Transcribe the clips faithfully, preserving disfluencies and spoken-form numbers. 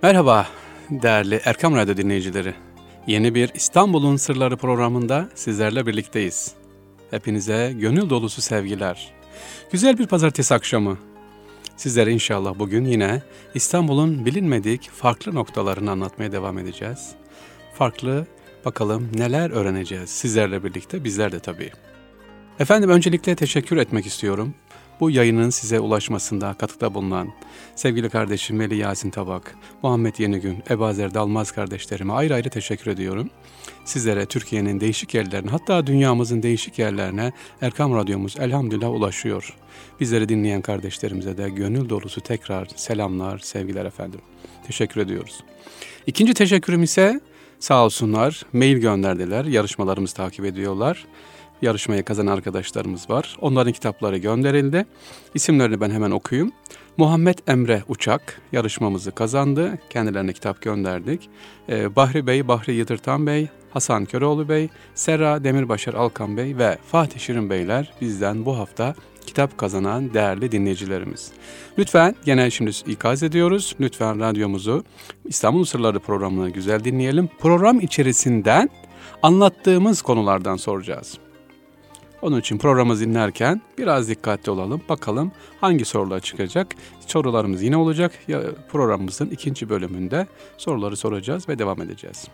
Merhaba değerli Erkam Radyo dinleyicileri. Yeni bir İstanbul'un Sırları programında sizlerle birlikteyiz. Hepinize gönül dolusu sevgiler. Güzel bir pazartesi akşamı. Sizlere inşallah bugün yine İstanbul'un bilinmedik farklı noktalarını anlatmaya devam edeceğiz. Farklı, bakalım neler öğreneceğiz sizlerle birlikte, bizler de tabii. Efendim, öncelikle teşekkür etmek istiyorum. Bu yayının size ulaşmasında katkıda bulunan sevgili kardeşim Veli Yasin Tabak, Muhammed Yenigün, Ebazer Dalmaz kardeşlerime ayrı ayrı teşekkür ediyorum. Sizlere Türkiye'nin değişik yerlerine, hatta dünyamızın değişik yerlerine Erkam Radyomuz elhamdülillah ulaşıyor. Bizleri dinleyen kardeşlerimize de gönül dolusu tekrar selamlar, sevgiler efendim. Teşekkür ediyoruz. İkinci teşekkürüm ise sağ olsunlar mail gönderdiler, yarışmalarımızı takip ediyorlar. Yarışmayı kazanan arkadaşlarımız var. Onların kitapları gönderildi. İsimlerini ben hemen okuyayım. Muhammed Emre Uçak yarışmamızı kazandı. Kendilerine kitap gönderdik. Ee, Bahri Bey, Bahri Yıdırtan Bey, Hasan Köroğlu Bey, Serra Demirbaşar Alkan Bey ve Fatih Şirin Beyler bizden bu hafta kitap kazanan değerli dinleyicilerimiz. Lütfen, gene şimdi ikaz ediyoruz. Lütfen radyomuzu, İstanbul Sırları programını güzel dinleyelim. Program içerisinden anlattığımız konulardan soracağız. Onun için programı dinlerken biraz dikkatli olalım. Bakalım hangi sorular çıkacak. Sorularımız yine olacak. Programımızın ikinci bölümünde soruları soracağız ve devam edeceğiz.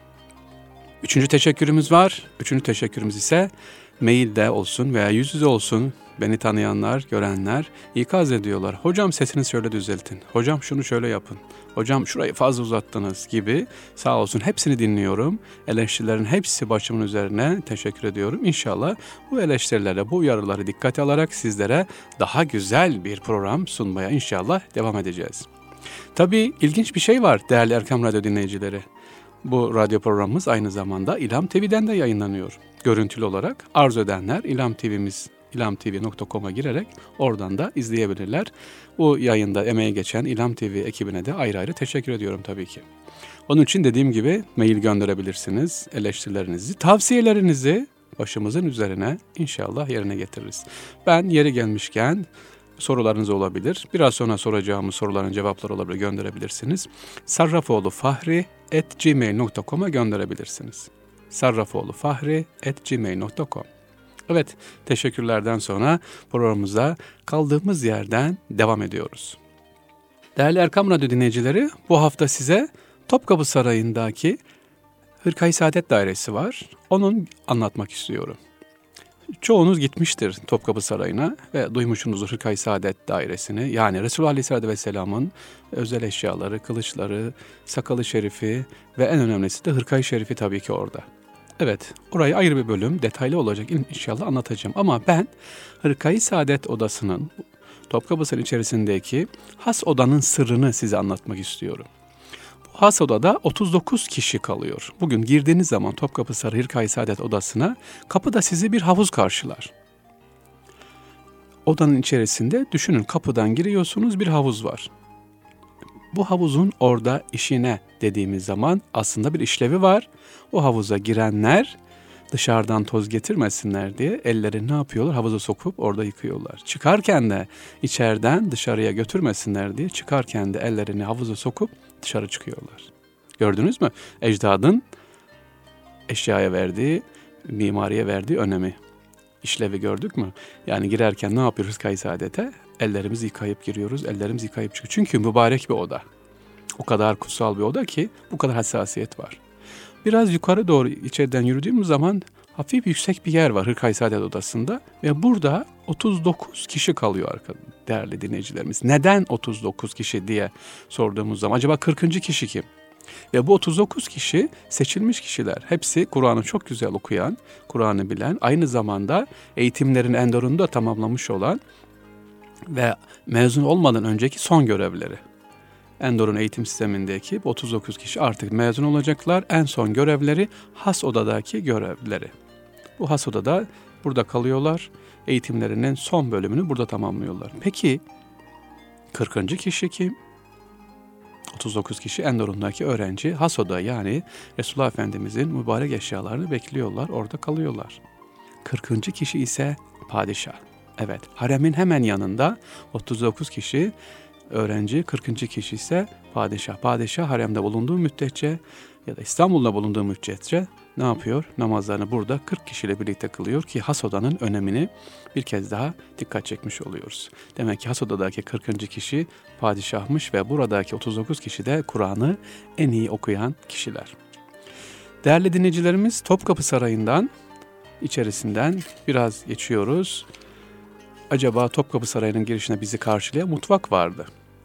Üçüncü teşekkürümüz var. Üçüncü teşekkürümüz ise mailde olsun veya yüz yüze olsun. Beni tanıyanlar, görenler ikaz ediyorlar. Hocam sesini şöyle düzeltin. Hocam şunu şöyle yapın. Hocam şurayı fazla uzattınız gibi. Sağ olsun, hepsini dinliyorum. Eleştirilerin hepsi başımın üzerine, teşekkür ediyorum. İnşallah bu eleştirilere, bu uyarıları dikkate alarak sizlere daha güzel bir program sunmaya inşallah devam edeceğiz. Tabii ilginç bir şey var değerli Erkam Radyo dinleyicileri. Bu radyo programımız aynı zamanda İlham T V'den de yayınlanıyor. Görüntülü olarak arzu edenler İlham T V'miz ilham t v nokta com'a girerek oradan da izleyebilirler. Bu yayında emeği geçen İlham T V ekibine de ayrı ayrı teşekkür ediyorum tabii ki. Onun için dediğim gibi mail gönderebilirsiniz. Eleştirilerinizi, tavsiyelerinizi başımızın üzerine inşallah yerine getiririz. Ben yeri gelmişken sorularınız olabilir. Biraz sonra soracağımız soruların cevapları olabilir, gönderebilirsiniz. sarrafoğlufahri at gmail nokta com'a gönderebilirsiniz. sarrafoğlufahri at gmail nokta com. Evet, teşekkürlerden sonra programımıza kaldığımız yerden devam ediyoruz. Değerli Erkam Radyo dinleyicileri, bu hafta size Topkapı Sarayı'ndaki Hırka-i Saadet Dairesi var. Onun anlatmak istiyorum. Çoğunuz gitmiştir Topkapı Sarayı'na ve duymuşsunuzdur Hırka-i Saadet Dairesi'ni. Yani Resulullah Aleyhisselatü Vesselam'ın özel eşyaları, kılıçları, sakalı şerifi ve en önemlisi de Hırka-i Şerifi tabii ki orada. Evet, orayı ayrı bir bölüm, detaylı olacak inşallah anlatacağım. Ama ben Hırka-i Saadet Odası'nın, Topkapı Sarayı içerisindeki has odanın sırrını size anlatmak istiyorum. Bu has odada otuz dokuz kişi kalıyor. Bugün girdiğiniz zaman Topkapı Sarayı Hırka-i Saadet Odası'na, kapıda sizi bir havuz karşılar. Odanın içerisinde düşünün, kapıdan giriyorsunuz, bir havuz var. Bu havuzun orada işine dediğimiz zaman aslında bir işlevi var. O havuza girenler dışarıdan toz getirmesinler diye ellerini ne yapıyorlar? Havuza sokup orada yıkıyorlar. Çıkarken de içeriden dışarıya götürmesinler diye çıkarken de ellerini havuza sokup dışarı çıkıyorlar. Gördünüz mü? Ecdadın eşyaya verdiği, mimariye verdiği önemi, işlevi gördük mü? Yani girerken ne yapıyoruz Hırka-i Saadet'e? Ellerimizi yıkayıp giriyoruz, ellerimizi yıkayıp çıkıyoruz. Çünkü mübarek bir oda. O kadar kutsal bir oda ki bu kadar hassasiyet var. Biraz yukarı doğru içeriden yürüdüğümüz zaman hafif yüksek bir yer var Hırka-i Saadet Odası'nda ve burada otuz dokuz kişi kalıyor değerli dinleyicilerimiz. Neden otuz dokuz kişi diye sorduğumuz zaman acaba kırkıncı kişi kim? Ve bu otuz dokuz kişi seçilmiş kişiler. Hepsi Kur'an'ı çok güzel okuyan, Kur'an'ı bilen, aynı zamanda eğitimlerin en doğrunu da tamamlamış olan ve mezun olmadan önceki son görevleri. Endor'un eğitim sistemindeki otuz dokuz kişi artık mezun olacaklar. En son görevleri has odadaki görevleri. Bu has odada burada kalıyorlar. Eğitimlerinin son bölümünü burada tamamlıyorlar. Peki kırkıncı kişi kim? otuz dokuz kişi Endor'undaki öğrenci has oda, yani Resulullah Efendimizin mübarek eşyalarını bekliyorlar. Orada kalıyorlar. kırkıncı kişi ise padişah. Evet, haremin hemen yanında otuz dokuz kişi öğrenci, kırkıncı kişi ise padişah. Padişah haremde bulunduğu müddetçe ya da İstanbul'da bulunduğu müddetçe ne yapıyor? Namazlarını burada kırk kişiyle birlikte kılıyor ki has odanın önemini bir kez daha dikkat çekmiş oluyoruz. Demek ki has odadaki kırkıncı kişi padişahmış ve buradaki otuz dokuz kişi de Kur'an'ı en iyi okuyan kişiler. Değerli dinleyicilerimiz, Topkapı Sarayı'ndan, içerisinden biraz geçiyoruz. Acaba Topkapı Sarayı'nın girişine bizi karşılayan mutfak vardı.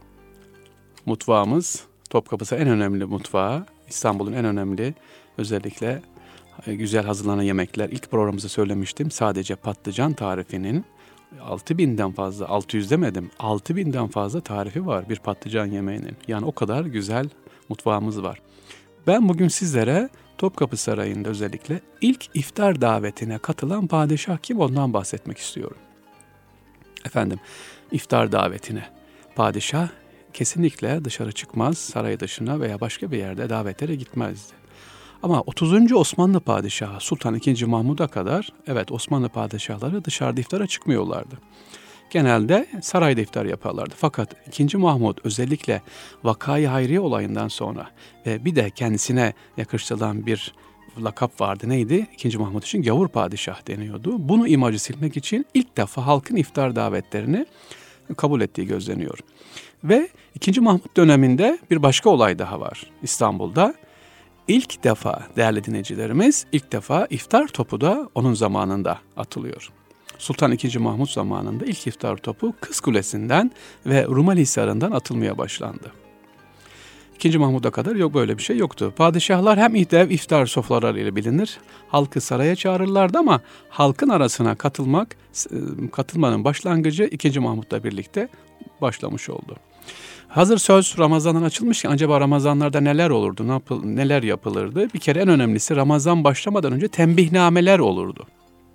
Mutfağımız, Topkapı Sarayı en önemli mutfağı, İstanbul'un en önemli, özellikle güzel hazırlanan yemekler. İlk programımızda söylemiştim, sadece patlıcan tarifinin altı binden fazla, altı yüz demedim, altı binden fazla tarifi var bir patlıcan yemeğinin. Yani o kadar güzel mutfağımız var. Ben bugün sizlere Topkapı Sarayı'nda özellikle ilk iftar davetine katılan padişah kim, ondan bahsetmek istiyorum. Efendim, iftar davetine padişah kesinlikle dışarı çıkmaz, saray dışına veya başka bir yerde davetlere gitmezdi. Ama otuzuncu Osmanlı padişahı Sultan ikinci. Mahmud'a kadar evet Osmanlı padişahları dışarıda iftara çıkmıyorlardı. Genelde sarayda iftar yaparlardı. Fakat ikinci. Mahmud özellikle Vakai Hayriye olayından sonra ve bir de kendisine yakıştırılan bir lakap vardı. Neydi? ikinci. Mahmud için gavur padişah deniyordu. Bunu imajı silmek için ilk defa halkın iftar davetlerini kabul ettiği gözleniyor. Ve ikinci. Mahmud döneminde bir başka olay daha var İstanbul'da. İlk defa değerli dinleyicilerimiz, ilk defa iftar topu da onun zamanında atılıyor. Sultan ikinci. Mahmud zamanında ilk iftar topu Kız Kulesi'nden ve Rumeli Hisarı'ndan atılmaya başlandı. ikinci. Mahmud'a kadar yok, böyle bir şey yoktu. Padişahlar hem dev iftar sofralarıyla bilinir, halkı saraya çağırırlardı ama halkın arasına katılmak, katılmanın başlangıcı ikinci. Mahmud'la birlikte başlamış oldu. Hazır söz Ramazan'dan açılmışken acaba Ramazanlarda neler olurdu, ne yapıl- neler yapılırdı? Bir kere en önemlisi Ramazan başlamadan önce tembihnameler olurdu.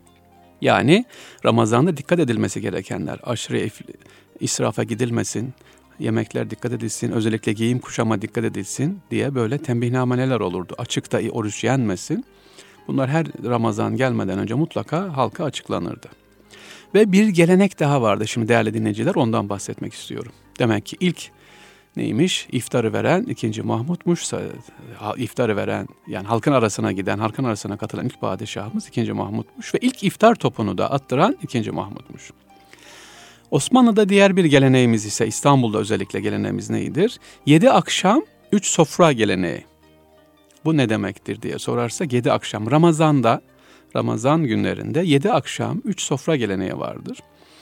Yani Ramazan'da dikkat edilmesi gerekenler, aşırı israfa gidilmesin, yemekler dikkat edilsin, özellikle giyim kuşama dikkat edilsin diye böyle tembihnameler olurdu. Açıkta oruç yenmesin. Bunlar her Ramazan gelmeden önce mutlaka halka açıklanırdı. Ve bir gelenek daha vardı. Şimdi değerli dinleyiciler, ondan bahsetmek istiyorum. Demek ki ilk neymiş? İftarı veren ikinci. Mahmud'muş. İftarı veren, yani halkın arasına giden, halkın arasına katılan ilk padişahımız ikinci. Mahmud'muş. Ve ilk iftar topunu da attıran ikinci. Mahmud'muş. Osmanlı'da diğer bir geleneğimiz ise, İstanbul'da özellikle geleneğimiz nedir? Yedi akşam üç sofra geleneği. Bu ne demektir diye sorarsa, yedi akşam Ramazan'da, Ramazan günlerinde yedi akşam üç sofra geleneği vardır.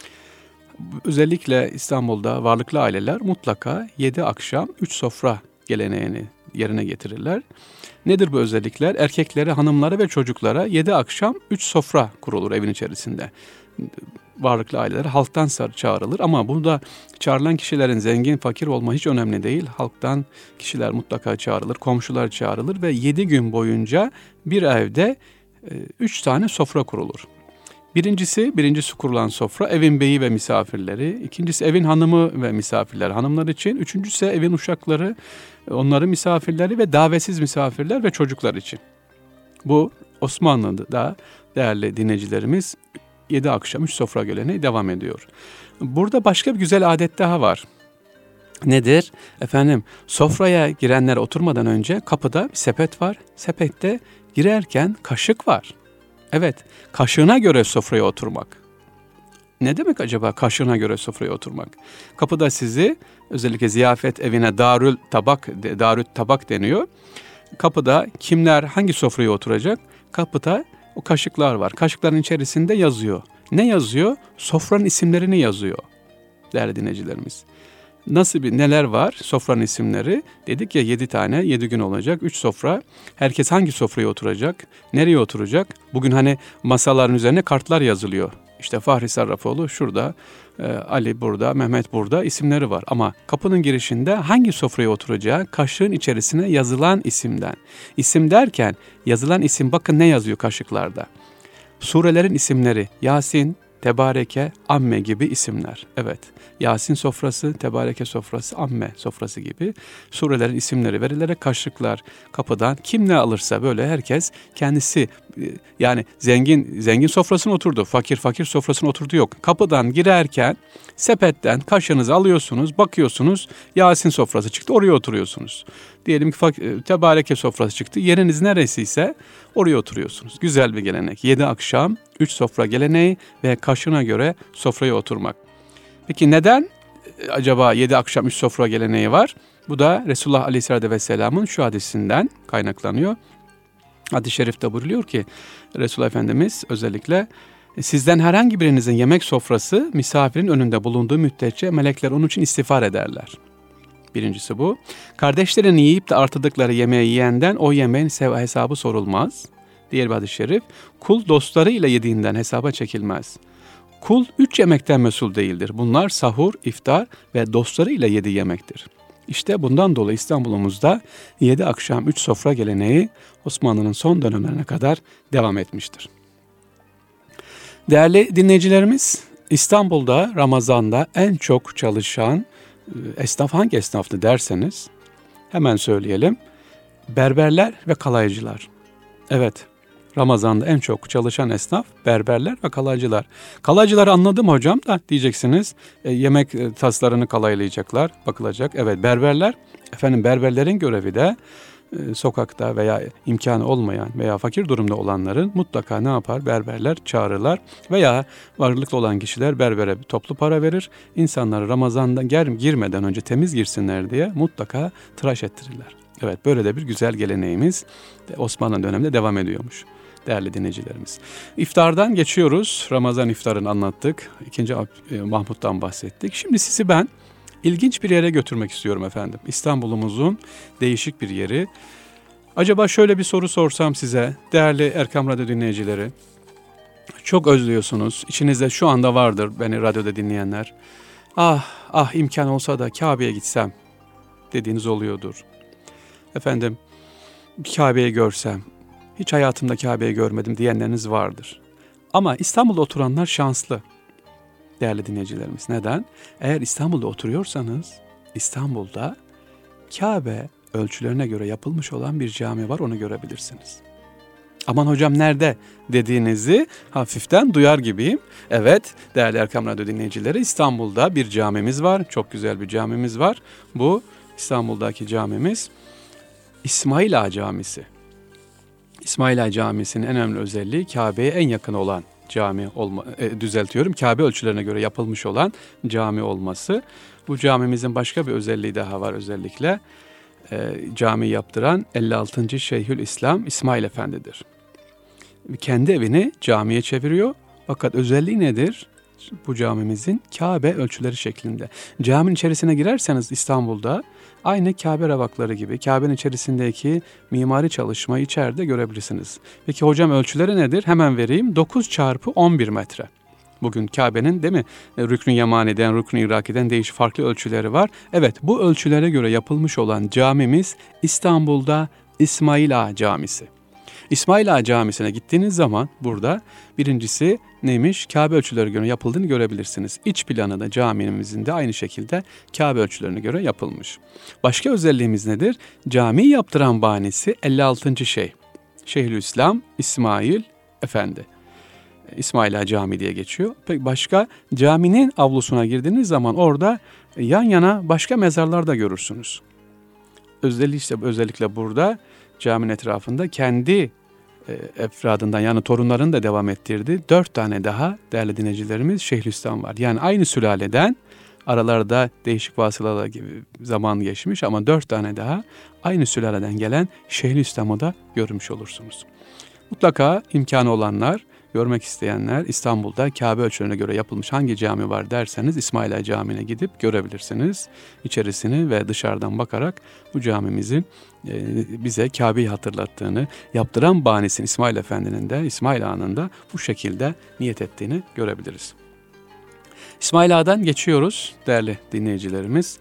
Özellikle İstanbul'da varlıklı aileler mutlaka yedi akşam üç sofra geleneğini yerine getirirler. Nedir bu özellikler? Erkeklere, hanımlara ve çocuklara yedi akşam üç sofra kurulur evin içerisinde. Varlıklı aileler halktan çağrılır ama burada çağrılan kişilerin zengin, fakir olma hiç önemli değil. Halktan kişiler mutlaka çağrılır, komşular çağrılır ve yedi gün boyunca bir evde e, üç tane sofra kurulur. Birincisi, birincisi kurulan sofra evin beyi ve misafirleri. İkincisi evin hanımı ve misafirler, hanımlar için. Üçüncüsü evin uşakları, onların misafirleri ve davetsiz misafirler ve çocuklar için. Bu Osmanlı'da değerli dinleyicilerimiz yedi akşam üç sofra geleneği devam ediyor. Burada başka bir güzel adet daha var. Nedir? Efendim, sofraya girenler oturmadan önce kapıda bir sepet var. Sepette girerken kaşık var. Evet, kaşığına göre sofraya oturmak. Ne demek acaba kaşığına göre sofraya oturmak? Kapıda sizi, özellikle ziyafet evine darül tabak, darül tabak deniyor. Kapıda kimler hangi sofraya oturacak? Kapıda o kaşıklar var. Kaşıkların içerisinde yazıyor. Ne yazıyor? Sofranın isimlerini yazıyor değerli dinleyicilerimiz. Nasıl bir, neler var sofranın isimleri? Dedik ya yedi tane, yedi gün olacak, üç sofra. Herkes hangi sofraya oturacak, nereye oturacak? Bugün hani masaların üzerine kartlar yazılıyor. İşte Fahri Sarrafoğlu şurada, Ali burada, Mehmet burada isimleri var. Ama kapının girişinde hangi sofraya oturacağı kaşığın içerisine yazılan isimden. İsim derken yazılan isim, bakın ne yazıyor kaşıklarda. Surelerin isimleri Yasin, tebareke, amme gibi isimler. Evet, Yasin sofrası, tebareke sofrası, amme sofrası gibi surelerin isimleri verilerek kaşıklar kapıdan kim ne alırsa böyle herkes kendisi, yani zengin zengin sofrasına oturdu, fakir fakir sofrasına oturdu yok. Kapıdan girerken sepetten kaşığınızı alıyorsunuz, bakıyorsunuz Yasin sofrası çıktı, oraya oturuyorsunuz. Diyelim ki tebareke sofrası çıktı, yeriniz neresiyse oraya oturuyorsunuz. Güzel bir gelenek. Yedi akşam üç sofra geleneği ve kaşığına göre sofraya oturmak. Peki neden acaba yedi akşam üç sofra geleneği var? Bu da Resulullah Aleyhisselatü Vesselam'ın şu hadisinden kaynaklanıyor. Hadis-i şerifte buyuruyor ki Resulullah Efendimiz özellikle sizden herhangi birinizin yemek sofrası misafirin önünde bulunduğu müddetçe melekler onun için istiğfar ederler. Birincisi bu. Kardeşlerin yiyip de artırdıkları yemeği yiyenden o yemeğin hesabı sorulmaz. Diğer bir hadis-i şerif, kul dostları ile yediğinden hesaba çekilmez. Kul üç yemekten mesul değildir. Bunlar sahur, iftar ve dostları ile yediği yemektir. İşte bundan dolayı İstanbul'umuzda yedi akşam üç sofra geleneği Osmanlı'nın son dönemlerine kadar devam etmiştir. Değerli dinleyicilerimiz, İstanbul'da Ramazan'da en çok çalışan esnaf hangi esnaftı derseniz hemen söyleyelim. Berberler ve kalaycılar. Evet, Ramazan'da en çok çalışan esnaf berberler ve kalaycılar. Kalaycıları anladım hocam da diyeceksiniz. E, yemek taslarını kalaylayacaklar, bakılacak. Evet, berberler, efendim berberlerin görevi de e, sokakta veya imkanı olmayan veya fakir durumda olanların mutlaka ne yapar? Berberler çağırırlar veya varlıklı olan kişiler berbere bir toplu para verir. İnsanları Ramazan'dan gir, girmeden önce temiz girsinler diye mutlaka tıraş ettirirler. Evet, böyle de bir güzel geleneğimiz Osmanlı döneminde devam ediyormuş değerli dinleyicilerimiz. İftardan geçiyoruz. Ramazan iftarını anlattık. İkinci Mahmud'dan bahsettik. Şimdi sizi ben ilginç bir yere götürmek istiyorum efendim. İstanbul'umuzun değişik bir yeri. Acaba şöyle bir soru sorsam size değerli Erkam Radyo dinleyicileri. Çok özlüyorsunuz. İçinizde şu anda vardır beni radyoda dinleyenler. Ah ah imkan olsa da Kabe'ye gitsem dediğiniz oluyordur. Efendim Kabe'yi görsem, hiç hayatımda Kabe'yi görmedim diyenleriniz vardır. Ama İstanbul'da oturanlar şanslı değerli dinleyicilerimiz. Neden? Eğer İstanbul'da oturuyorsanız İstanbul'da Kabe ölçülerine göre yapılmış olan bir cami var, onu görebilirsiniz. Aman hocam nerede dediğinizi hafiften duyar gibiyim. Evet değerli Erkam Radyo dinleyicileri, İstanbul'da bir camimiz var. Çok güzel bir camimiz var. Bu İstanbul'daki camimiz İsmail Ağa Camisi. İsmail Ağa Camisi'nin en önemli özelliği Kabe'ye en yakın olan cami olma, e, düzeltiyorum. Kabe ölçülerine göre yapılmış olan cami olması. Bu camimizin başka bir özelliği daha var özellikle. E, cami yaptıran elli altıncı Şeyhülislam İsmail Efendi'dir. Kendi evini camiye çeviriyor. Fakat özelliği nedir? Bu camimizin Kabe ölçüleri şeklinde. Caminin içerisine girerseniz İstanbul'da aynı Kabe revakları gibi Kabe'nin içerisindeki mimari çalışmayı içeride görebilirsiniz. Peki hocam ölçüleri nedir? Hemen vereyim. dokuz çarpı on bir metre. Bugün Kabe'nin değil mi Rükn-i Yemani'den, Rükn-i Iraki'den değişik farklı ölçüleri var. Evet, bu ölçülere göre yapılmış olan camimiz İstanbul'da İsmail Ağa Camisi. İsmail Ağa Camisi'ne gittiğiniz zaman burada birincisi neymiş? Kabe ölçülerine göre yapıldığını görebilirsiniz. İç planı da camimizin de aynı şekilde Kabe ölçülerine göre yapılmış. Başka özelliğimiz nedir? Cami yaptıran banisi elli altıncı Şeyh. Şeyhülislam İsmail Efendi. İsmail Ağa Camii diye geçiyor. Peki başka caminin avlusuna girdiğiniz zaman orada yan yana başka mezarlar da görürsünüz. Özellikle, özellikle burada caminin etrafında kendi e, efradından yani torunların da devam ettirdiği dört tane daha değerli dinleyicilerimiz Şeyhülislam var. Yani aynı sülaleden aralarda değişik vasıtalar gibi zaman geçmiş ama dört tane daha aynı sülaleden gelen Şeyhülislam'ı da görmüş olursunuz. Mutlaka imkanı olanlar, görmek isteyenler İstanbul'da Kabe ölçülerine göre yapılmış hangi cami var derseniz İsmail Ağa Camii'ne gidip görebilirsiniz. İçerisini ve dışarıdan bakarak bu camimizin e, bize Kabe'yi hatırlattığını, yaptıran banisinin İsmail Efendi'nin de İsmail Ağa'nın da bu şekilde niyet ettiğini görebiliriz. İsmail Ağa'dan geçiyoruz değerli dinleyicilerimiz.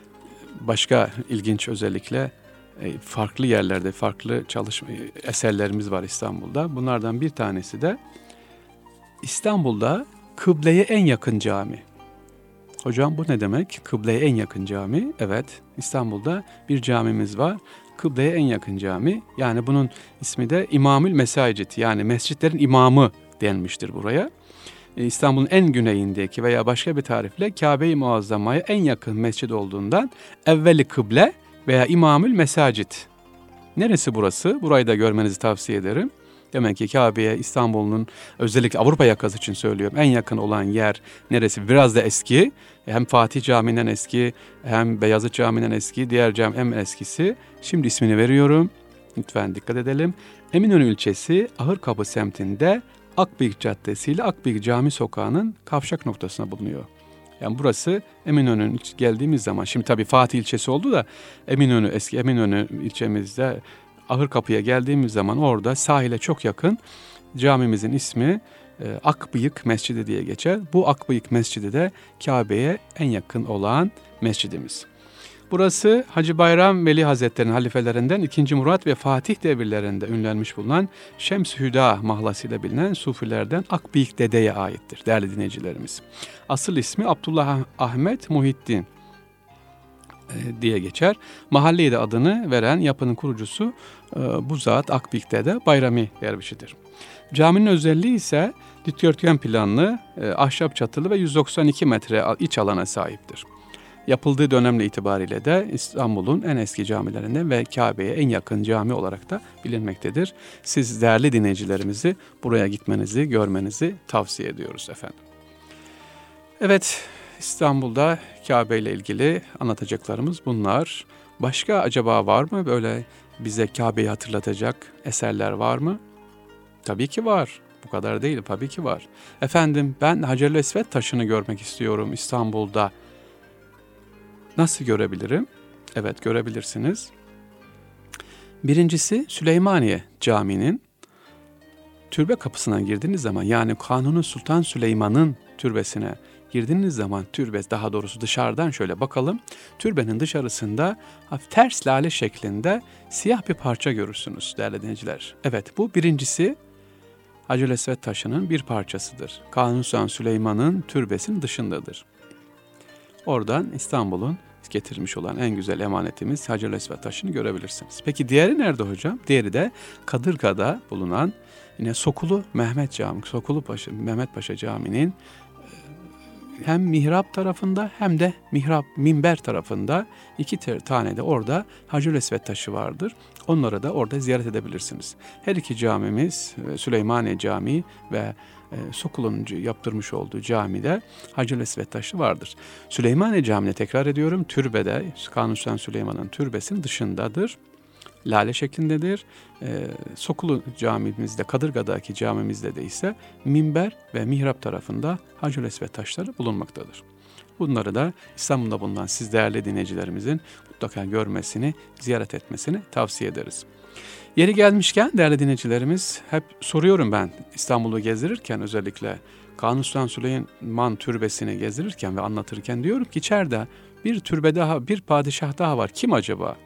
Başka ilginç özellikle farklı yerlerde farklı çalışma eserlerimiz var İstanbul'da. Bunlardan bir tanesi de İstanbul'da kıbleye en yakın cami. Hocam bu ne demek? Kıbleye en yakın cami. Evet, İstanbul'da bir camimiz var. Kıbleye en yakın cami. Yani bunun ismi de İmamül Mesacid. Yani mescitlerin imamı denmiştir buraya. İstanbul'un en güneyindeki veya başka bir tarifle Kabe-i Muazzama'ya en yakın mescid olduğundan evveli kıble veya İmamül Mesacid. Neresi burası? Burayı da görmenizi tavsiye ederim. Demek ki Kabe'ye İstanbul'un, özellikle Avrupa yakası için söylüyorum, en yakın olan yer neresi? Biraz da eski. Hem Fatih Camii'nden eski, hem Beyazıt Camii'nden eski, diğer cami en eskisi. Şimdi ismini veriyorum. Lütfen dikkat edelim. Eminönü ilçesi Ahırkapı semtinde Akbıyık Caddesi ile Akbıyık Cami Sokağı'nın kavşak noktasına bulunuyor. Yani burası Eminönü'nün geldiğimiz zaman, şimdi tabii Fatih ilçesi oldu da Eminönü, eski Eminönü ilçemizde Ahırkapı'ya geldiğimiz zaman orada sahile çok yakın camimizin ismi e, Akbıyık Mescidi diye geçer. Bu Akbıyık Mescidi de Kabe'ye en yakın olan mescidimiz. Burası Hacı Bayram Veli Hazretleri'nin halifelerinden ikinci. Murat ve Fatih devirlerinde ünlenmiş bulunan Şems-i Hüda mahlasıyla bilinen Sufilerden Akbıyık Dede'ye aittir değerli dinleyicilerimiz. Asıl ismi Abdullah Ahmet Muhittin diye geçer. Mahalleye de adını veren yapının kurucusu bu zat Akbıyık Dede Bayrami Dervişidir. Caminin özelliği ise dikdörtgen planlı, ahşap çatılı ve yüz doksan iki metre iç alana sahiptir. Yapıldığı dönemle itibariyle de İstanbul'un en eski camilerinden ve Kabe'ye en yakın cami olarak da bilinmektedir. Siz değerli dinleyicilerimizi buraya gitmenizi, görmenizi tavsiye ediyoruz efendim. Evet, İstanbul'da Kabe ile ilgili anlatacaklarımız bunlar. Başka acaba var mı böyle bize Kabe'yi hatırlatacak eserler var mı? Tabii ki var. Bu kadar değil, tabii ki var. Efendim ben Hacer-ül Esved taşını görmek istiyorum İstanbul'da. Nasıl görebilirim? Evet, görebilirsiniz. Birincisi Süleymaniye Camii'nin türbe kapısına girdiğiniz zaman, yani Kanuni Sultan Süleyman'ın türbesine girdiğiniz zaman, türbe daha doğrusu dışarıdan şöyle bakalım. Türbenin dışarısında hafif ters lale şeklinde siyah bir parça görürsünüz değerli dinleyiciler. Evet, bu birincisi Hacer-ül Esved taşının bir parçasıdır. Kanuni Sultan Süleyman'ın türbesinin dışındadır. Oradan İstanbul'un getirmiş olan en güzel emanetimiz Hacer-ül Esved taşını görebilirsiniz. Peki diğeri nerede hocam? Diğeri de Kadırga'da bulunan yine Sokulu Mehmet Camii, Sokulu Paşa, Mehmet Paşa Camii'nin hem mihrap tarafında hem de mihrap minber tarafında iki tane de orada Hacer-ül Esved taşı vardır. Onları da orada ziyaret edebilirsiniz. Her iki camimiz, Süleymaniye Camii ve Sokulu'nun yaptırmış olduğu camide Hacer-ül Esved taşı vardır. Süleymaniye Camii'ne tekrar ediyorum, türbede, Kanuni Sultan Süleyman'ın türbesinin dışındadır. Lale şeklindedir. Ee, Sokulu camimizde, Kadırga'daki camimizde de ise minber ve mihrap tarafında Hacer-ül Esved taşları bulunmaktadır. Bunları da İstanbul'da bulunan siz değerli dinleyicilerimizin mutlaka görmesini, ziyaret etmesini tavsiye ederiz. Yeri gelmişken değerli dinleyicilerimiz, hep soruyorum ben İstanbul'u gezdirirken, özellikle Kanuni Sultan Süleyman türbesini gezdirirken ve anlatırken diyorum ki içeride bir türbe daha, bir padişah daha var. Kim acaba?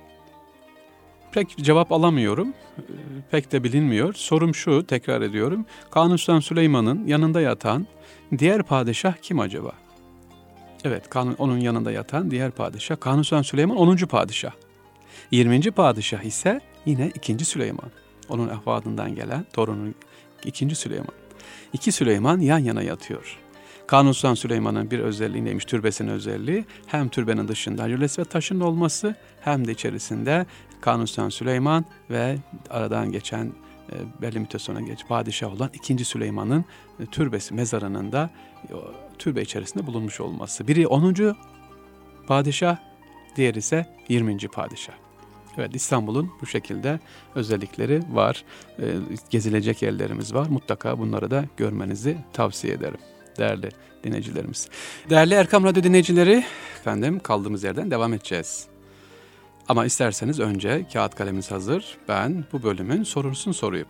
Pek cevap alamıyorum, pek de bilinmiyor. Sorum şu, tekrar ediyorum. Kanuni Sultan Süleyman'ın yanında yatan diğer padişah kim acaba? Evet, kanun, onun yanında yatan diğer padişah Kanuni Sultan Süleyman onuncu padişah. yirminci padişah ise yine ikinci Süleyman. Onun ahvadından gelen torunun ikinci Süleyman. İki Süleyman yan yana yatıyor. Kanuni Sultan Süleyman'ın bir özelliği neymiş? Türbesinin özelliği hem türbenin dışında Hacer-ül Esved taşının olması hem de içerisinde Kanuni Sultan Süleyman ve aradan geçen e, belli müddet sonra geç padişah olan ikinci Süleyman'ın e, türbesi, mezarının da e, türbe içerisinde bulunmuş olması. Biri onuncu padişah, diğeri ise yirminci padişah. Evet, İstanbul'un bu şekilde özellikleri var. E, gezilecek yerlerimiz var. Mutlaka bunları da görmenizi tavsiye ederim değerli dinleyicilerimiz. Değerli Erkam Radyo dinleyicileri, efendim kaldığımız yerden devam edeceğiz. Ama isterseniz önce kağıt kaleminiz hazır. Ben bu bölümün sorusunu sorayım.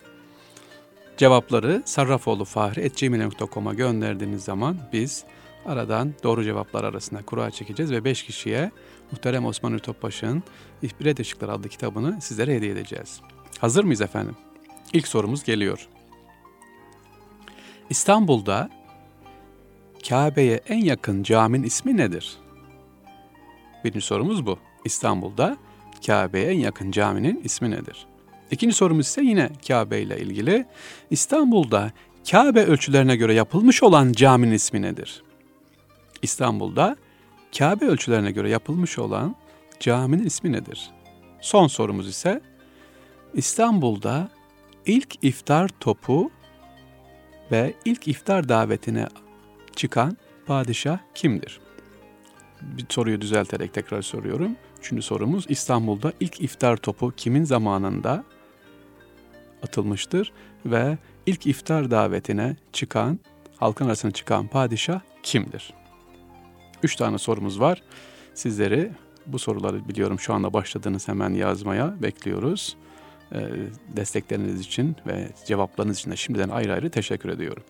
Cevapları sarrafoğlufahri et gmail nokta com'a gönderdiğiniz zaman biz aradan doğru cevaplar arasında kura çekeceğiz ve beş kişiye Muhterem Osman Nuri Topbaş'ın İhbirat Işıkları adlı kitabını sizlere hediye edeceğiz. Hazır mıyız efendim? İlk sorumuz geliyor. İstanbul'da Kabe'ye en yakın caminin ismi nedir? Birinci sorumuz bu. İstanbul'da Kabe'ye en yakın caminin ismi nedir? İkinci sorumuz ise yine Kabe ile ilgili. İstanbul'da Kabe ölçülerine göre yapılmış olan caminin ismi nedir? İstanbul'da Kabe ölçülerine göre yapılmış olan caminin ismi nedir? Son sorumuz ise İstanbul'da ilk iftar topu ve ilk iftar davetine çıkan padişah kimdir? Bir soruyu düzelterek tekrar soruyorum. Üçüncü sorumuz, İstanbul'da ilk iftar topu kimin zamanında atılmıştır ve ilk iftar davetine çıkan, halkın arasına çıkan padişah kimdir? Üç tane sorumuz var. Sizleri bu soruları biliyorum şu anda başladınız hemen yazmaya, bekliyoruz. Ee, destekleriniz için ve cevaplarınız için de şimdiden ayrı ayrı teşekkür ediyorum.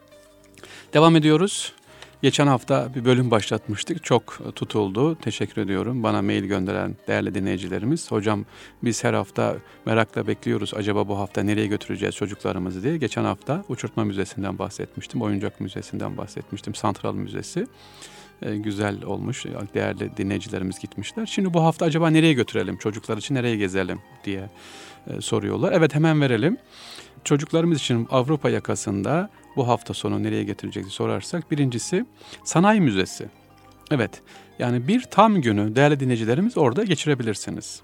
Devam ediyoruz. Geçen hafta bir bölüm başlatmıştık. Çok tutuldu. Teşekkür ediyorum. Bana mail gönderen değerli dinleyicilerimiz. Hocam biz her hafta merakla bekliyoruz. Acaba bu hafta nereye götüreceğiz çocuklarımızı diye. Geçen hafta Uçurtma Müzesi'nden bahsetmiştim. Oyuncak Müzesi'nden bahsetmiştim. Santral Müzesi. Ee, güzel olmuş. Değerli dinleyicilerimiz gitmişler. Şimdi bu hafta acaba nereye götürelim? Çocuklar için nereye gezelim diye e, soruyorlar. Evet, hemen verelim. Çocuklarımız için Avrupa yakasında bu hafta sonu nereye getirecekti sorarsak, birincisi Sanayi Müzesi. Evet, yani bir tam günü değerli dinleyicilerimiz orada geçirebilirsiniz.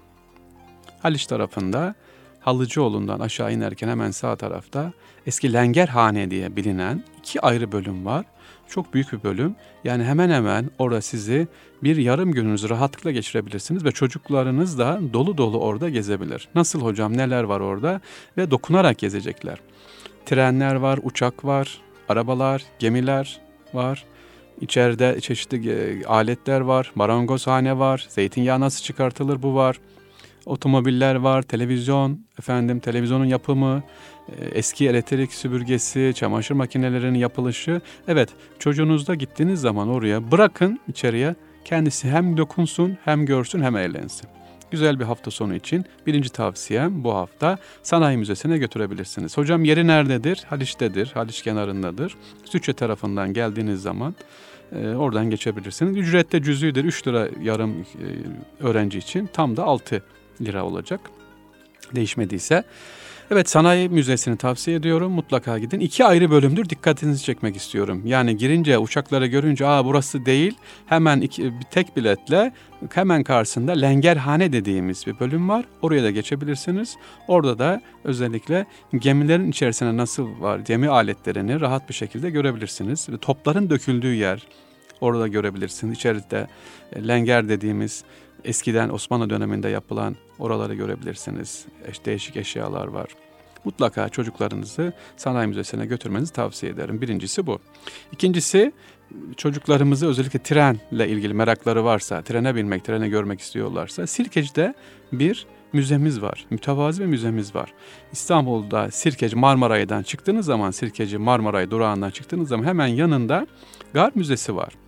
Haliç tarafında Halıcıoğlu'ndan aşağı inerken hemen sağ tarafta eski Lengerhane diye bilinen iki ayrı bölüm var. Çok büyük bir bölüm. Yani hemen hemen orada sizi bir yarım gününüzü rahatlıkla geçirebilirsiniz ve çocuklarınız da dolu dolu orada gezebilir. Nasıl hocam, neler var orada? Ve dokunarak gezecekler. Trenler var, uçak var, arabalar, gemiler var. İçeride çeşitli aletler var, marangozhane var, zeytinyağı nasıl çıkartılır bu var. Otomobiller var, televizyon, efendim televizyonun yapımı, eski elektrik süpürgesi, çamaşır makinelerinin yapılışı. Evet, çocuğunuzda gittiğiniz zaman oraya bırakın içeriye, kendisi hem dokunsun, hem görsün, hem eğlensin. Güzel bir hafta sonu için birinci tavsiyem bu hafta Sanayi Müzesi'ne götürebilirsiniz. Hocam yeri nerededir? Haliç'tedir, Haliç kenarındadır. Sütçe tarafından geldiğiniz zaman e, oradan geçebilirsiniz. Ücret de cüz'idir, üç lira yarım e, öğrenci için, tam da altı lira olacak değişmediyse. Evet, Sanayi Müzesi'ni tavsiye ediyorum. Mutlaka gidin. İki ayrı bölümdür, dikkatinizi çekmek istiyorum. Yani girince, uçakları görünce aa burası değil, hemen iki, bir tek biletle hemen karşısında Lengerhane dediğimiz bir bölüm var. Oraya da geçebilirsiniz. Orada da özellikle gemilerin içerisine nasıl var, gemi aletlerini rahat bir şekilde görebilirsiniz. Topların döküldüğü yer orada görebilirsiniz. İçeride lenger dediğimiz eskiden Osmanlı döneminde yapılan oraları görebilirsiniz. Değişik eşyalar var. Mutlaka çocuklarınızı Sanayi Müzesi'ne götürmenizi tavsiye ederim. Birincisi bu. İkincisi, çocuklarımızı özellikle trenle ilgili merakları varsa, trene binmek, trene görmek istiyorlarsa, Sirkeci'de bir müzemiz var. Mütevazi bir müzemiz var. İstanbul'da Sirkeci Marmaray'dan çıktığınız zaman, Sirkeci Marmaray durağından çıktığınız zaman hemen yanında Gar Müzesi var.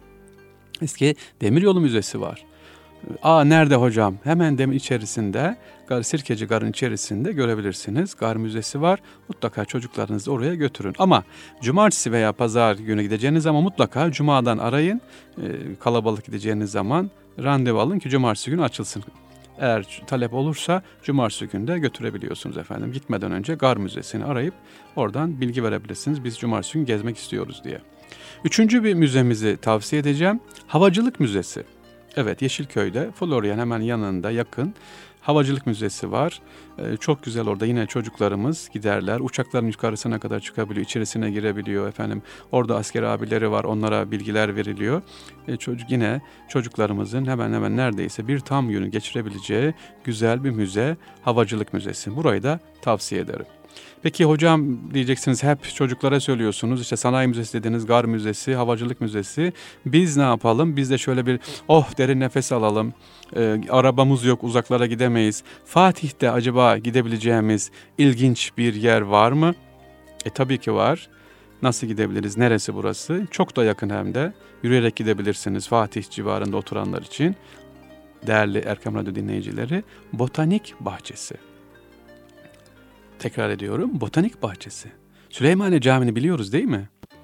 Eski Demiryolu Müzesi var. Aa nerede hocam? Hemen demir içerisinde, Gar, Sirkeci Gar'ın içerisinde görebilirsiniz. Gar Müzesi var. Mutlaka çocuklarınızı oraya götürün. Ama cumartesi veya pazar günü gideceğiniz zaman mutlaka cumadan arayın. Ee, kalabalık gideceğiniz zaman randevu alın ki cumartesi günü açılsın. Eğer talep olursa cumartesi günü de götürebiliyorsunuz efendim. Gitmeden önce Gar Müzesi'ni arayıp oradan bilgi verebilirsiniz. Biz cumartesi günü gezmek istiyoruz diye. Üçüncü bir müzemizi tavsiye edeceğim. Havacılık Müzesi. Evet, Yeşilköy'de, Floryan hemen yanında yakın Havacılık Müzesi var. Ee, çok güzel, orada yine çocuklarımız giderler. Uçakların yukarısına kadar çıkabiliyor, içerisine girebiliyor efendim. Orada asker abileri var, onlara bilgiler veriliyor. Ee, çocuk yine çocuklarımızın hemen hemen neredeyse bir tam günü geçirebileceği güzel bir müze, Havacılık Müzesi. Burayı da tavsiye ederim. Peki hocam diyeceksiniz, hep çocuklara söylüyorsunuz işte Sanayi Müzesi dediniz, Gar Müzesi, Havacılık Müzesi. Biz ne yapalım? Biz de şöyle bir oh derin nefes alalım. Ee, arabamız yok, uzaklara gidemeyiz. Fatih'te acaba gidebileceğimiz ilginç bir yer var mı? E tabii ki var. Nasıl gidebiliriz? Neresi burası? Çok da yakın hem de. Yürüyerek gidebilirsiniz Fatih civarında oturanlar için. Değerli Erkam Radyo dinleyicileri, Botanik Bahçesi. Tekrar ediyorum, Botanik Bahçesi. Süleymaniye Camii'ni biliyoruz değil mi?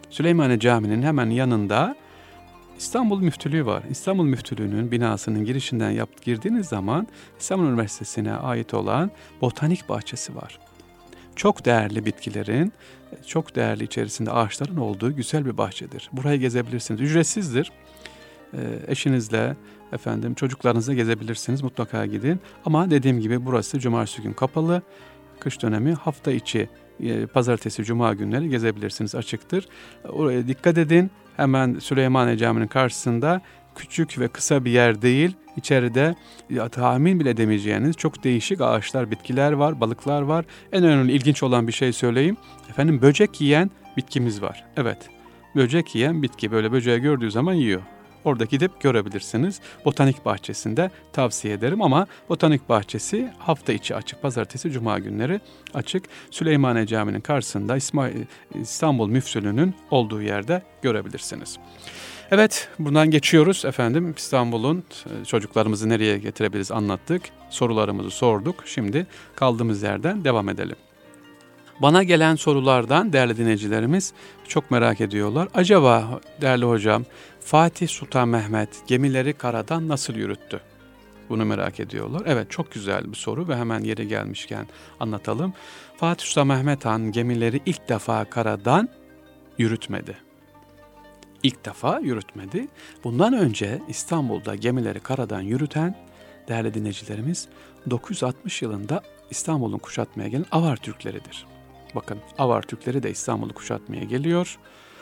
Süleymaniye Camii'nin hemen yanında İstanbul Müftülüğü var. İstanbul Müftülüğü'nün binasının girişinden yap, girdiğiniz zaman İstanbul Üniversitesi'ne ait olan botanik bahçesi var. Çok değerli bitkilerin, çok değerli içerisinde ağaçların olduğu güzel bir bahçedir. Burayı gezebilirsiniz. Ücretsizdir. E, eşinizle, efendim çocuklarınızla gezebilirsiniz. Mutlaka gidin. Ama dediğim gibi burası cumartesi gün kapalı. Kış dönemi hafta içi e, pazartesi, cuma günleri gezebilirsiniz. Açıktır. Oraya dikkat edin. Hemen Süleymaniye Camii'nin karşısında küçük ve kısa bir yer değil. İçeride ya, tahmin bile edemeyeceğiniz çok değişik ağaçlar, bitkiler var, balıklar var. En önemli, ilginç olan bir şey söyleyeyim. Efendim böcek yiyen bitkimiz var. Evet, böcek yiyen bitki, böyle böceği gördüğü zaman yiyor. Orada gidip görebilirsiniz. Botanik bahçesinde tavsiye ederim ama botanik bahçesi hafta içi açık. Pazartesi, cuma günleri açık. Süleymaniye Camii'nin karşısında İsmail, İstanbul Müftülüğü'nün olduğu yerde görebilirsiniz. Evet, buradan geçiyoruz efendim. İstanbul'un çocuklarımızı nereye getirebiliriz anlattık. Sorularımızı sorduk. Şimdi kaldığımız yerden devam edelim. Bana gelen sorulardan değerli dinleyicilerimiz çok merak ediyorlar. Acaba değerli hocam Fatih Sultan Mehmet gemileri karadan nasıl yürüttü? Bunu merak ediyorlar. Evet, çok güzel bir soru ve hemen yeri gelmişken anlatalım. Fatih Sultan Mehmet Han gemileri ilk defa karadan yürütmedi. İlk defa yürütmedi. Bundan önce İstanbul'da gemileri karadan yürüten değerli dinleyicilerimiz dokuz yüz altmış yılında İstanbul'un kuşatmaya gelen Avar Türkleridir. Bakın, Avar Türkleri de İstanbul'u kuşatmaya geliyor.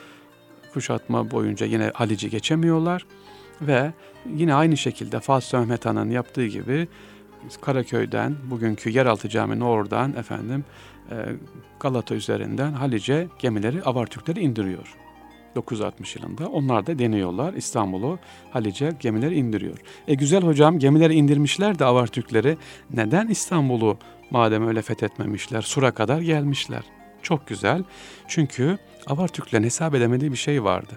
Kuşatma boyunca yine Halic'i geçemiyorlar ve yine aynı şekilde Fatih Sultan Mehmet Han'ın yaptığı gibi Karaköy'den, bugünkü Yeraltı Camii'nin oradan efendim Galata üzerinden Halic'e gemileri, Avar Türkleri indiriyor. dokuz yüz altmış yılında onlar da deniyorlar, İstanbul'u Halic'e gemileri indiriyor. E güzel hocam, gemileri indirmişler de Avar Türkleri, neden İstanbul'u madem öyle fethetmemişler, Sur'a kadar gelmişler? Çok güzel, çünkü Avar Türklerin hesap edemediği bir şey vardı.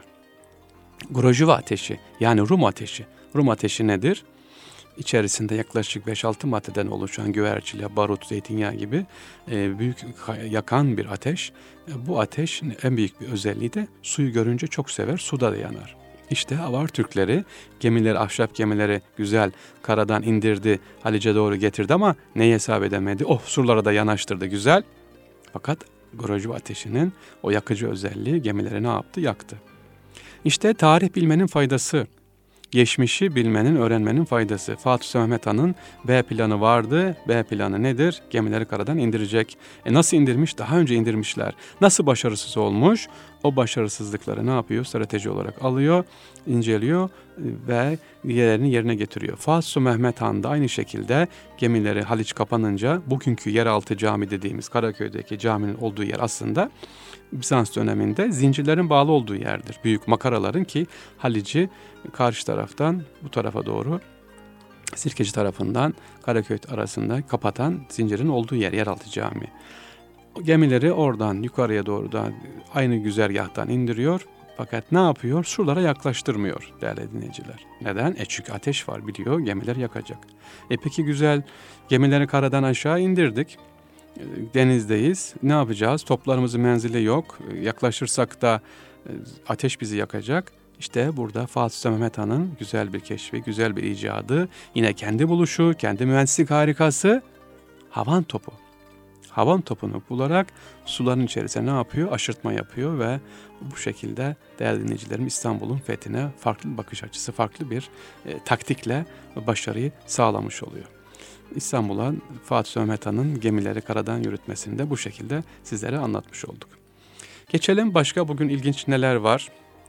Grozüva ateşi, yani Rum ateşi. Rum ateşi nedir? İçerisinde yaklaşık beş altı maddeden oluşan güvercile, barut, zeytinyağı gibi e, büyük yakan bir ateş. E, bu ateşin en büyük bir özelliği de suyu görünce çok sever, suda da yanar. İşte Avar Türkleri gemileri, ahşap gemileri güzel karadan indirdi, Halic'e doğru getirdi ama neyi hesap edemedi? Oh, surlara da yanaştırdı, güzel. Fakat Grozüva ateşinin o yakıcı özelliği gemileri ne yaptı? Yaktı. İşte tarih bilmenin faydası. Geçmişi bilmenin, öğrenmenin faydası. Fatih Sultan Mehmet Han'ın B planı vardı. B planı nedir? Gemileri karadan indirecek. E nasıl indirmiş? Daha önce indirmişler. Nasıl başarısız olmuş? O başarısızlıkları ne yapıyor? Strateji olarak alıyor, inceliyor ve yerini yerine getiriyor. Fatih Sultan Mehmet Han da aynı şekilde gemileri Haliç kapanınca, bugünkü yeraltı cami dediğimiz Karaköy'deki caminin olduğu yer aslında Bizans döneminde zincirlerin bağlı olduğu yerdir. Büyük makaraların, ki Halic'i karşı taraftan bu tarafa doğru Sirkeci tarafından Karaköy arasında kapatan zincirin olduğu yer, yeraltı cami. Gemileri oradan yukarıya doğru da aynı güzergahtan indiriyor. Fakat ne yapıyor? Surlara yaklaştırmıyor değerli dinleyiciler. Neden? E çünkü ateş var, biliyor, gemileri yakacak. E peki güzel, gemileri karadan aşağı indirdik. Denizdeyiz. Ne yapacağız? Toplarımızın menzili yok. Yaklaşırsak da ateş bizi yakacak. İşte burada Fatih Sultan Mehmet Han'ın güzel bir keşfi, güzel bir icadı, yine kendi buluşu, kendi mühendislik harikası, havan topu. Havan topunu bularak suların içerisine ne yapıyor? Aşırtma yapıyor ve bu şekilde değerli dinleyicilerim İstanbul'un fethine farklı bir bakış açısı, farklı bir e, taktikle başarıyı sağlamış oluyor. İstanbul'a Fatih Sultan Mehmet Han'ın gemileri karadan yürütmesini de bu şekilde sizlere anlatmış olduk. Geçelim başka, bugün ilginç neler var?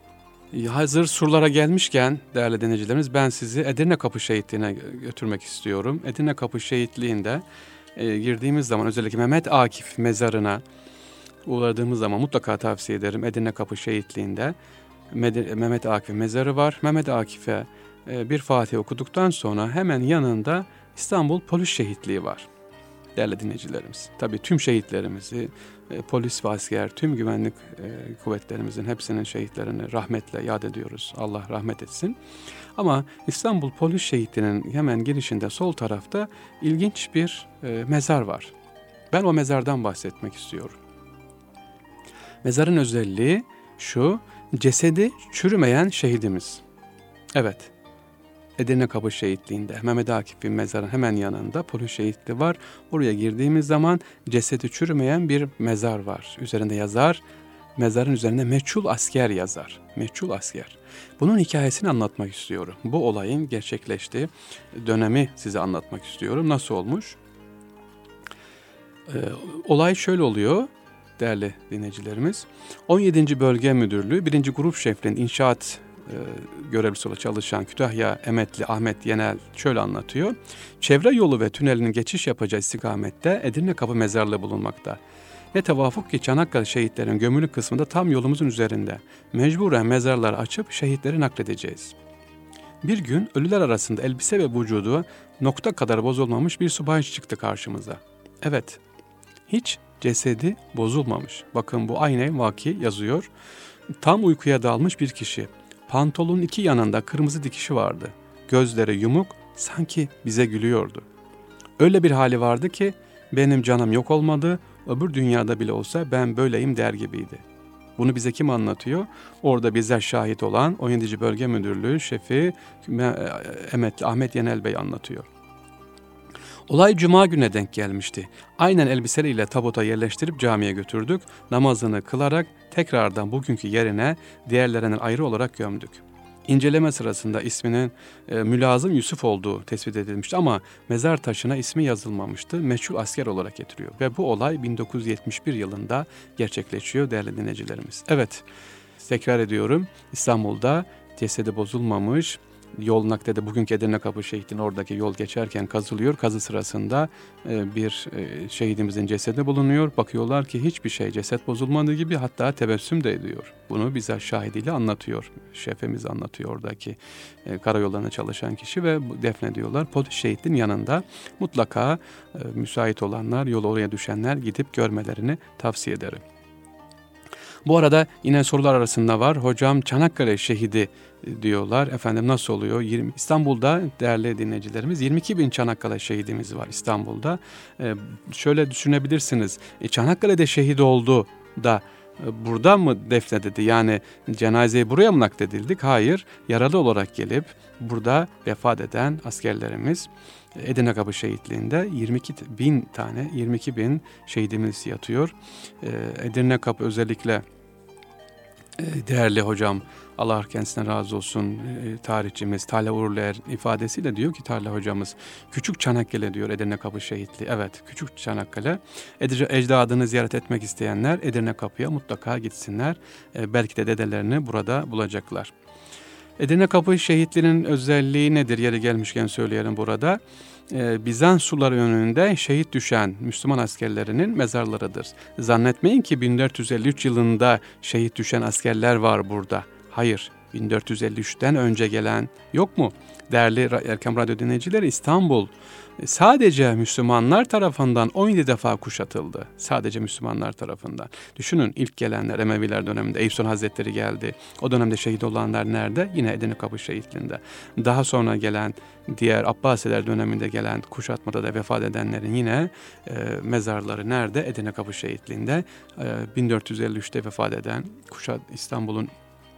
Hazır surlara gelmişken değerli dinleyicilerimiz, ben sizi Edirne Kapı Şehitliği'ne götürmek istiyorum. Edirne Kapı Şehitliği'nde e, girdiğimiz zaman, özellikle Mehmet Akif mezarına uğradığımız zaman mutlaka tavsiye ederim. Edirne Kapı Şehitliği'nde Mehmet Akif mezarı var. Mehmet Akif'e e, bir Fatiha okuduktan sonra hemen yanında İstanbul Polis Şehitliği var değerli dinleyicilerimiz. Tabii tüm şehitlerimizi, e, polis ve asker, tüm güvenlik e, kuvvetlerimizin hepsinin şehitlerini rahmetle yad ediyoruz. Allah rahmet etsin. Ama İstanbul Polis Şehitliği'nin hemen girişinde sol tarafta ilginç bir e, mezar var. Ben o mezardan bahsetmek istiyorum. Mezarın özelliği şu: cesedi çürümeyen şehidimiz. Evet, Edirnekapı Şehitliği'nde Mehmet Akif'in mezarının hemen yanında polis şehitliği var. Oraya girdiğimiz zaman cesedi çürümeyen bir mezar var. Üzerinde yazar, mezarın üzerinde meçhul asker yazar. Meçhul asker. Bunun hikayesini anlatmak istiyorum. Bu olayın gerçekleştiği dönemi size anlatmak istiyorum. Nasıl olmuş? Ee, olay şöyle oluyor değerli dinleyicilerimiz. on yedinci Bölge Müdürlüğü birinci Grup Şefliğinin inşaat e, görevlisi olarak çalışan Kütahya Emetli Ahmet Yenel şöyle anlatıyor. Çevre yolu ve tünelinin geçiş yapacağı istikamette Edirnekapı mezarlığı bulunmakta. Ne tevafuk ki Çanakkale şehitlerin gömülü kısmında tam yolumuzun üzerinde. Mecburen mezarları açıp şehitleri nakledeceğiz. Bir gün ölüler arasında elbise ve vücudu nokta kadar bozulmamış bir subay çıktı karşımıza. Evet, hiç cesedi bozulmamış. Bakın bu aynen vaki yazıyor. Tam uykuya dalmış bir kişi. Pantolonun iki yanında kırmızı dikişi vardı. Gözleri yumuk, sanki bize gülüyordu. Öyle bir hali vardı ki benim canım yok olmadı, öbür dünyada bile olsa ben böyleyim der gibiydi. Bunu bize kim anlatıyor? Orada bize şahit olan on yedinci Bölge Müdürlüğü şefi Emetli Ahmet Yenel Bey anlatıyor. Olay cuma gününe denk gelmişti. Aynen elbiseleriyle tabuta yerleştirip camiye götürdük. Namazını kılarak tekrardan bugünkü yerine diğerlerinden ayrı olarak gömdük. İnceleme sırasında isminin e, Mülazım Yusuf olduğu tespit edilmişti ama mezar taşına ismi yazılmamıştı. Meçhul asker olarak getiriyor. Ve bu olay bin dokuz yüz yetmiş bir yılında gerçekleşiyor değerli dinleyicilerimiz. Evet, tekrar ediyorum, İstanbul'da cesedi bozulmamış, yol naklede bugünkü Edirnekapı Şehitliği'nin oradaki yol geçerken kazılıyor. Kazı sırasında e, bir e, şehidimizin cesedi bulunuyor. Bakıyorlar ki hiçbir şey, ceset bozulmadığı gibi, hatta tebessüm de ediyor. Bunu bize şahidiyle anlatıyor. Şefimiz anlatıyor oradaki e, karayollarına çalışan kişi ve defnediyorlar. Polis şehitliğinin yanında mutlaka e, müsait olanlar, yolu oraya düşenler gidip görmelerini tavsiye ederim. Bu arada yine sorular arasında var. Hocam Çanakkale şehidi diyorlar. Efendim nasıl oluyor? yirmi, İstanbul'da değerli dinleyicilerimiz yirmi iki bin Çanakkale şehidimiz var İstanbul'da. Ee, şöyle düşünebilirsiniz. E, Çanakkale'de şehit oldu da e, burada mı defnedildi? Yani cenazeyi buraya mı nakledildik? Hayır. Yaralı olarak gelip burada vefat eden askerlerimiz Edirnekapı Şehitliği'nde yirmi iki bin tane, yirmi iki bin şehidimiz yatıyor. Ee, Edirnekapı özellikle değerli hocam, Allah kendisine razı olsun, tarihçimiz Talha Uğurluer ifadesiyle diyor ki Talha hocamız, Küçük Çanakkale diyor Edirnekapı Şehitliği. Evet, Küçük Çanakkale. Ecdadını ziyaret etmek isteyenler Edirnekapı'ya mutlaka gitsinler. Belki de dedelerini burada bulacaklar. Edirnekapı Şehitliği'nin özelliği nedir? Yeri gelmişken söyleyelim burada. Ee, Bizans surları önünde şehit düşen Müslüman askerlerinin mezarlarıdır. Zannetmeyin ki bin dört yüz elli üç yılında şehit düşen askerler var burada. Hayır, bin dört yüz elli üçten önce gelen yok mu? Değerli Erkam Radyo dinleyicileri, İstanbul sadece Müslümanlar tarafından on yedi defa kuşatıldı. Sadece Müslümanlar tarafından. Düşünün, ilk gelenler Emeviler döneminde Eyüp Sultan Hazretleri geldi. O dönemde şehit olanlar nerede? Yine Edirnekapı Şehitliği'nde. Daha sonra gelen diğer Abbasiler döneminde gelen kuşatmada da vefat edenlerin yine e, mezarları nerede? Edirnekapı Şehitliği'nde. E, bin dört yüz elli üçte vefat eden kuşat İstanbul'un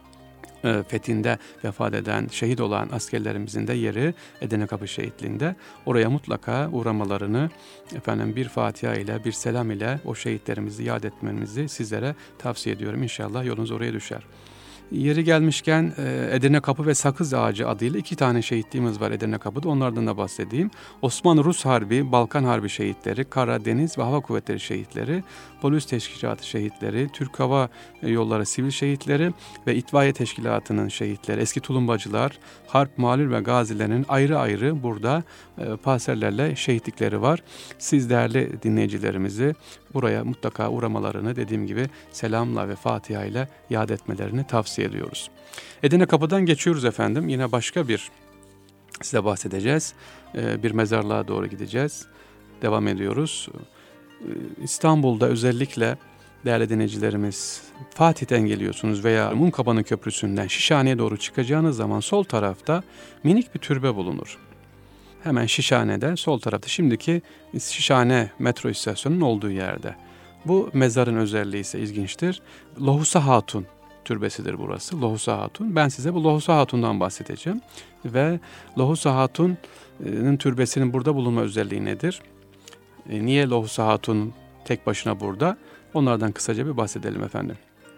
fethinde vefat eden, şehit olan askerlerimizin de yeri Edirnekapı Şehitliği'nde. Oraya mutlaka uğramalarını, efendim bir Fatiha ile, bir selam ile o şehitlerimizi yad etmenizi sizlere tavsiye ediyorum. İnşallah yolunuz oraya düşer. Yeri gelmişken Edirnekapı ve Sakız Ağacı adıyla iki tane şehitliğimiz var Edirnekapı'da. Onlardan da bahsedeyim. Osmanlı-Rus Harbi, Balkan Harbi şehitleri, Kara, Deniz ve Hava Kuvvetleri şehitleri, Polis Teşkilatı şehitleri, Türk Hava Yolları sivil şehitleri ve İtfaiye Teşkilatı'nın şehitleri, eski tulumbacılar, harp, malul ve gazilerin ayrı ayrı burada e, paserlerle şehitlikleri var. Siz değerli dinleyicilerimizi buraya mutlaka uğramalarını, dediğim gibi selamla ve Fatiha ile yad etmelerini tavsiye ediyoruz. Edirnekapı'dan geçiyoruz efendim. Yine başka bir size bahsedeceğiz. Ee, bir mezarlığa doğru gideceğiz. Devam ediyoruz. Ee, İstanbul'da özellikle değerli dinleyicilerimiz, Fatih'ten geliyorsunuz veya Mumkapanı Köprüsü'nden Şişhane'ye doğru çıkacağınız zaman sol tarafta minik bir türbe bulunur. Hemen Şişhane'de sol tarafta, şimdiki Şişhane metro istasyonunun olduğu yerde. Bu mezarın özelliği ise ilginçtir. Lohusa Hatun türbesidir burası. Lohusa Hatun. Ben size bu Lohusa Hatun'dan bahsedeceğim. Ve Lohusa Hatun'un türbesinin burada bulunma özelliği nedir? E, niye Lohusa Hatun tek başına burada? Onlardan kısaca bir bahsedelim efendim.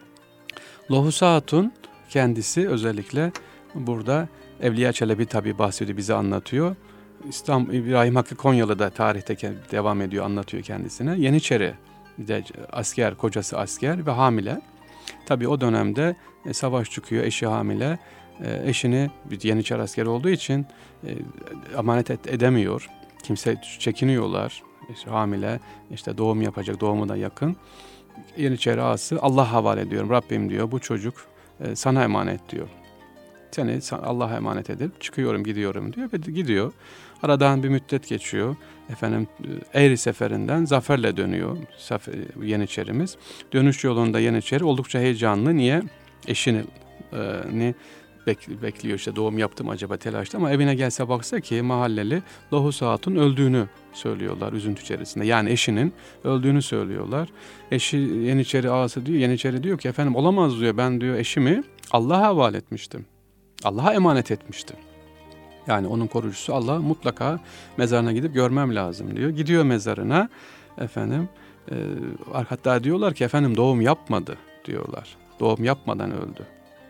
Lohusa Hatun kendisi özellikle burada Evliya Çelebi tabi bahsediyor, bize anlatıyor. İstanbul, İbrahim Hakkı Konyalı da tarihte devam ediyor, anlatıyor kendisine. Yeniçeri de asker, kocası asker ve hamile. Tabi o dönemde e, savaş çıkıyor, eşi hamile. E, eşini bir Yeniçeri asker olduğu için e, emanet et, edemiyor. Kimse çekiniyorlar. İşte hamile, işte doğum yapacak, doğumu da yakın. Yeniçeri ağası Allah havale ediyorum. Rabbim diyor, bu çocuk e, sana emanet diyor. Seni Allah'a emanet edip çıkıyorum, gidiyorum diyor ve gidiyor. Aradan bir müddet geçiyor. Efendim Eğri seferinden zaferle dönüyor Yeniçerimiz. Dönüş yolunda Yeniçeri oldukça heyecanlı. Niye? Eşini e, ne bekliyor, işte doğum yaptım acaba telaşlı, ama evine gelse baksa ki mahalleli Lohusa Hatun öldüğünü söylüyorlar üzüntü içerisinde. Yani eşinin öldüğünü söylüyorlar. Eşi Yeniçeri ağası diyor, Yeniçeri diyor ki efendim olamaz diyor, ben diyor eşimi Allah'a havale etmiştim. Allah'a emanet etmiştim. Yani onun koruyucusu Allah, mutlaka mezarına gidip görmem lazım diyor. Gidiyor mezarına efendim. E, hatta diyorlar ki efendim doğum yapmadı diyorlar. Doğum yapmadan öldü.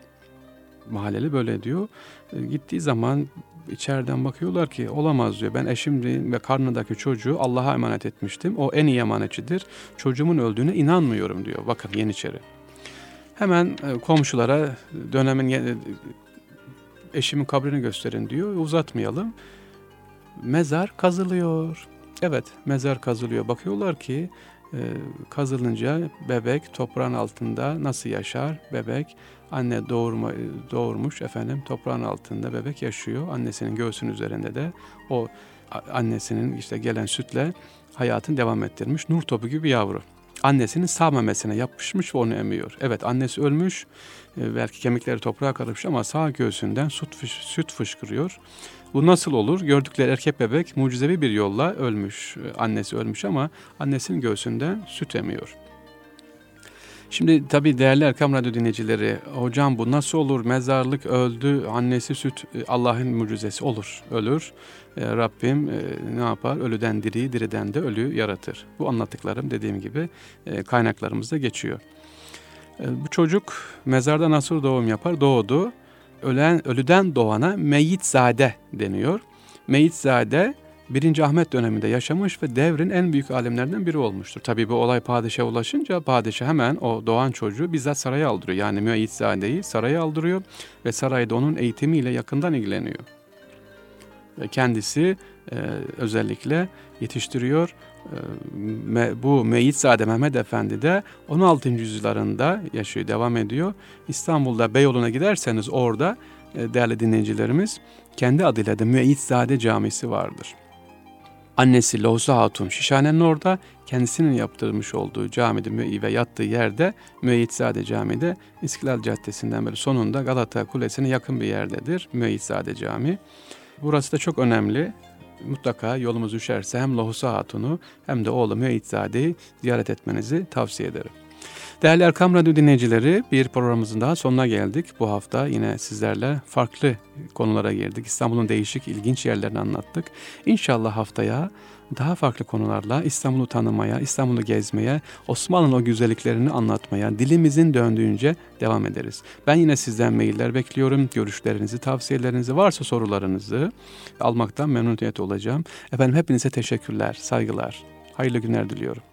Mahalleli böyle diyor. E, gittiği zaman içeriden bakıyorlar ki olamaz diyor. Ben eşim ve karnındaki çocuğu Allah'a emanet etmiştim. O en iyi emanetçidir. Çocuğumun öldüğüne inanmıyorum diyor. Bakın Yeniçeri. Hemen e, komşulara dönemin eşimin kabrini gösterin diyor. Uzatmayalım. Mezar kazılıyor. Evet, mezar kazılıyor. Bakıyorlar ki e, kazılınca bebek toprağın altında nasıl yaşar? Bebek anne doğurma, doğurmuş efendim, toprağın altında bebek yaşıyor. Annesinin göğsünün üzerinde de o annesinin işte gelen sütle hayatını devam ettirmiş. Nur topu gibi bir yavru. Annesinin sağ memesine yapışmış ve onu emiyor. Evet, annesi ölmüş, e, belki kemikleri toprağa karışmış ama sağ göğsünden süt, fış, süt fışkırıyor. Bu nasıl olur? Gördükleri erkek bebek mucizevi bir yolla ölmüş. Annesi ölmüş ama annesinin göğsünden süt emiyor. Şimdi tabii değerli Erkam Radyo dinleyicileri, hocam bu nasıl olur? Mezarlık öldü, annesi süt, Allah'ın mucizesi olur, ölür. E, Rabbim e, ne yapar? Ölüden diriyi, diriden de ölüyü yaratır. Bu anlattıklarım dediğim gibi e, kaynaklarımızda geçiyor. E, bu çocuk mezarda nasıl doğum yapar? Doğdu. Ölen, ölüden doğana Meyitzade deniyor. Meyitzade birinci. Ahmet döneminde yaşamış ve devrin en büyük alimlerinden biri olmuştur. Tabii bu olay padişaha ulaşınca padişah hemen o doğan çocuğu bizzat saraya aldırıyor. Yani Meyyitzade'yi saraya aldırıyor ve sarayda onun eğitimiyle yakından ilgileniyor. Ve kendisi e, özellikle yetiştiriyor. E, me, bu Meyyitzade Mehmed Efendi de on altıncı yüzyıllarında yaşıyor, devam ediyor. İstanbul'da Beyoğlu'na giderseniz orada e, değerli dinleyicilerimiz kendi adıyla da Meyyitzade Camisi vardır. Annesi Lohusa Hatun Şişhane'nin orada, kendisinin yaptırmış olduğu camide ve yattığı yerde Müeyyitzade Camii'de İstiklal Caddesi'nden böyle sonunda Galata Kulesi'ne yakın bir yerdedir Müeyyitzade Camii. Burası da çok önemli. Mutlaka yolumuz düşerse hem Lohusa Hatun'u hem de oğlu Müeyyizade'yi ziyaret etmenizi tavsiye ederim. Değerli Erkam Radyo dinleyicileri, bir programımızın daha sonuna geldik. Bu hafta yine sizlerle farklı konulara girdik. İstanbul'un değişik, ilginç yerlerini anlattık. İnşallah haftaya daha farklı konularla İstanbul'u tanımaya, İstanbul'u gezmeye, Osmanlı'nın o güzelliklerini anlatmaya, dilimizin döndüğünce devam ederiz. Ben yine sizden mailler bekliyorum. Görüşlerinizi, tavsiyelerinizi, varsa sorularınızı almaktan memnuniyet olacağım. Efendim hepinize teşekkürler, saygılar, hayırlı günler diliyorum.